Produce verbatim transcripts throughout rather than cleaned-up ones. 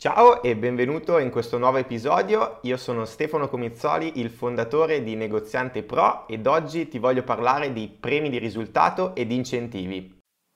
Ciao e benvenuto in questo nuovo episodio. Io sono Stefano Comizzoli, il fondatore di Negoziante Pro, ed oggi ti voglio parlare di premi di risultato e di incentivi.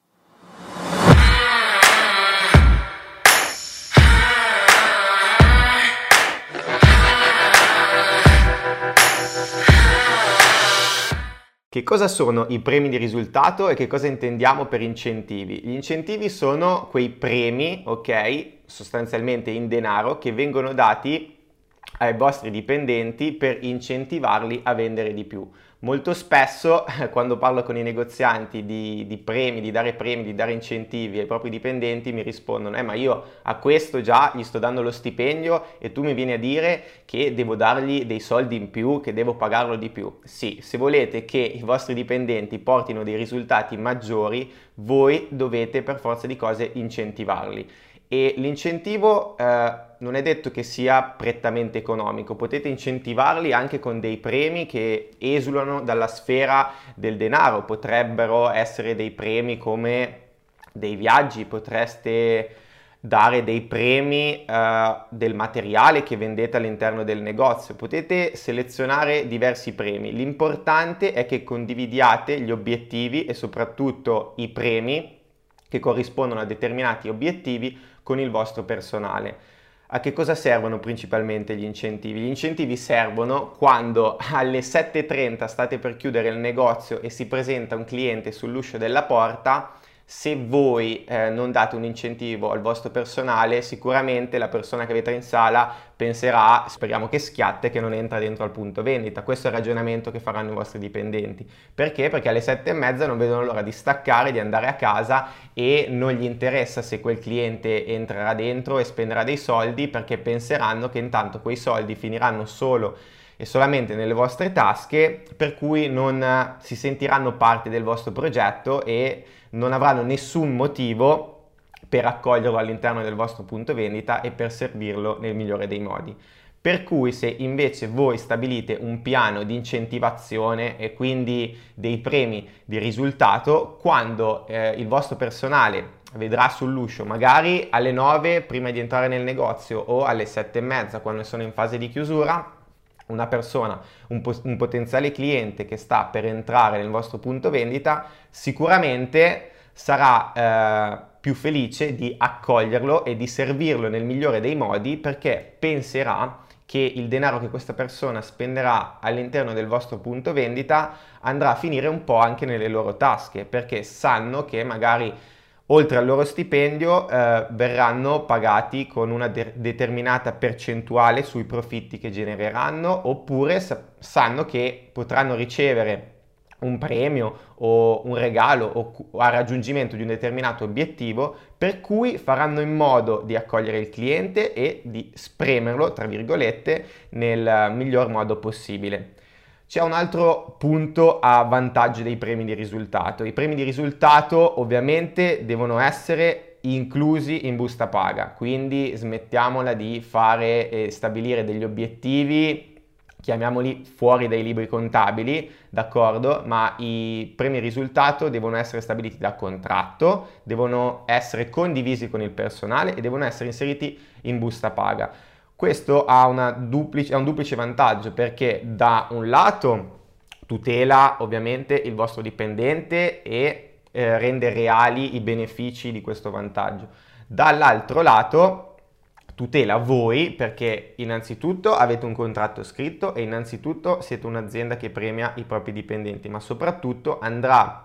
Che cosa sono i premi di risultato e che cosa intendiamo per incentivi? Gli incentivi sono quei premi, ok, sostanzialmente in denaro, che vengono dati ai vostri dipendenti per incentivarli a vendere di più. Molto spesso quando parlo con i negozianti di, di premi, di dare premi, di dare incentivi ai propri dipendenti mi rispondono eh ma io a questo già gli sto dando lo stipendio e tu mi vieni a dire che devo dargli dei soldi in più, che devo pagarlo di più. Sì, se volete che i vostri dipendenti portino dei risultati maggiori, voi dovete per forza di cose incentivarli. E l'incentivo eh, non è detto che sia prettamente economico, potete incentivarli anche con dei premi che esulano dalla sfera del denaro, potrebbero essere dei premi come dei viaggi, potreste dare dei premi eh, del materiale che vendete all'interno del negozio, potete selezionare diversi premi, l'importante è che condividiate gli obiettivi e soprattutto i premi che corrispondono a determinati obiettivi con il vostro personale. A che cosa servono principalmente gli incentivi? Gli incentivi servono quando alle sette e trenta state per chiudere il negozio e si presenta un cliente sull'uscio della porta. Se voi eh, non date un incentivo al vostro personale, sicuramente la persona che vedrà in sala penserà, speriamo che schiatte, che non entra dentro al punto vendita. Questo è il ragionamento che faranno i vostri dipendenti. Perché? Perché alle sette e mezza non vedono l'ora di staccare, di andare a casa e non gli interessa se quel cliente entrerà dentro e spenderà dei soldi, perché penseranno che intanto quei soldi finiranno solo e solamente nelle vostre tasche, per cui non si sentiranno parte del vostro progetto e non avranno nessun motivo per accoglierlo all'interno del vostro punto vendita e per servirlo nel migliore dei modi. Per cui se invece voi stabilite un piano di incentivazione e quindi dei premi di risultato, quando eh, il vostro personale vedrà sull'uscio magari alle nove prima di entrare nel negozio o alle sette e mezza quando sono in fase di chiusura, una persona, un, po- un potenziale cliente che sta per entrare nel vostro punto vendita, sicuramente sarà eh, più felice di accoglierlo e di servirlo nel migliore dei modi, perché penserà che il denaro che questa persona spenderà all'interno del vostro punto vendita andrà a finire un po' anche nelle loro tasche, perché sanno che magari oltre al loro stipendio eh, verranno pagati con una de- determinata percentuale sui profitti che genereranno, oppure sa- sanno che potranno ricevere un premio o un regalo o, o a raggiungimento di un determinato obiettivo, per cui faranno in modo di accogliere il cliente e di spremerlo, tra virgolette, nel miglior modo possibile. C'è un altro punto a vantaggio dei premi di risultato. I premi di risultato ovviamente devono essere inclusi in busta paga, quindi smettiamola di fare e stabilire degli obiettivi, chiamiamoli fuori dai libri contabili, d'accordo? Ma i premi di risultato devono essere stabiliti da contratto, devono essere condivisi con il personale e devono essere inseriti in busta paga. Questo ha, una duplice, ha un duplice vantaggio, perché da un lato tutela ovviamente il vostro dipendente e eh, rende reali i benefici di questo vantaggio. Dall'altro lato tutela voi, perché innanzitutto avete un contratto scritto e innanzitutto siete un'azienda che premia i propri dipendenti, ma soprattutto andrà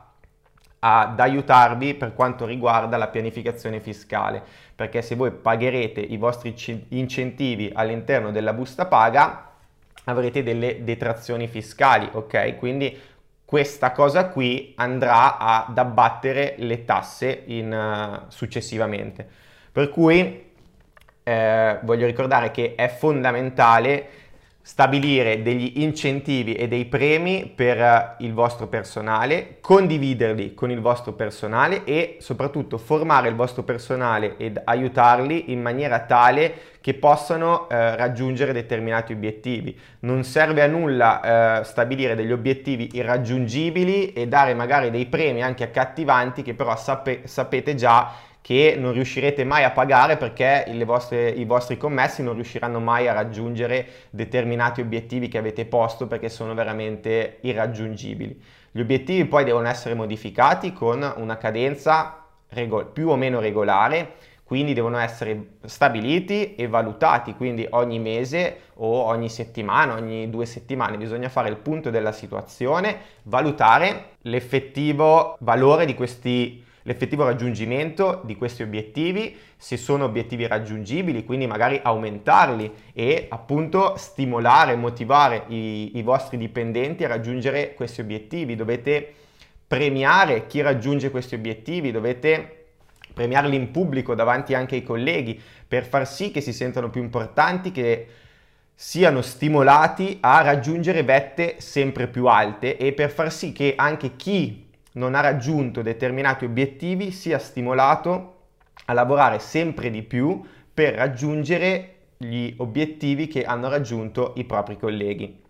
ad aiutarvi per quanto riguarda la pianificazione fiscale, perché se voi pagherete i vostri incentivi all'interno della busta paga avrete delle detrazioni fiscali, ok? Quindi questa cosa qui andrà ad abbattere le tasse in, uh, successivamente. Per cui eh, voglio ricordare che è fondamentale stabilire degli incentivi e dei premi per il vostro personale, condividerli con il vostro personale e soprattutto formare il vostro personale ed aiutarli in maniera tale che possano eh, raggiungere determinati obiettivi. Non serve a nulla eh, stabilire degli obiettivi irraggiungibili e dare magari dei premi anche accattivanti che però sape- sapete già che non riuscirete mai a pagare perché le vostre, i vostri commessi non riusciranno mai a raggiungere determinati obiettivi che avete posto perché sono veramente irraggiungibili. Gli obiettivi poi devono essere modificati con una cadenza regol- più o meno regolare, quindi devono essere stabiliti e valutati, quindi ogni mese o ogni settimana, ogni due settimane bisogna fare il punto della situazione, valutare l'effettivo valore di questi l'effettivo raggiungimento di questi obiettivi, se sono obiettivi raggiungibili, quindi magari aumentarli e appunto stimolare, motivare i, i vostri dipendenti a raggiungere questi obiettivi. Dovete premiare chi raggiunge questi obiettivi, dovete premiarli in pubblico davanti anche ai colleghi per far sì che si sentano più importanti, che siano stimolati a raggiungere vette sempre più alte e per far sì che anche chi non ha raggiunto determinati obiettivi sia stimolato a lavorare sempre di più per raggiungere gli obiettivi che hanno raggiunto i propri colleghi.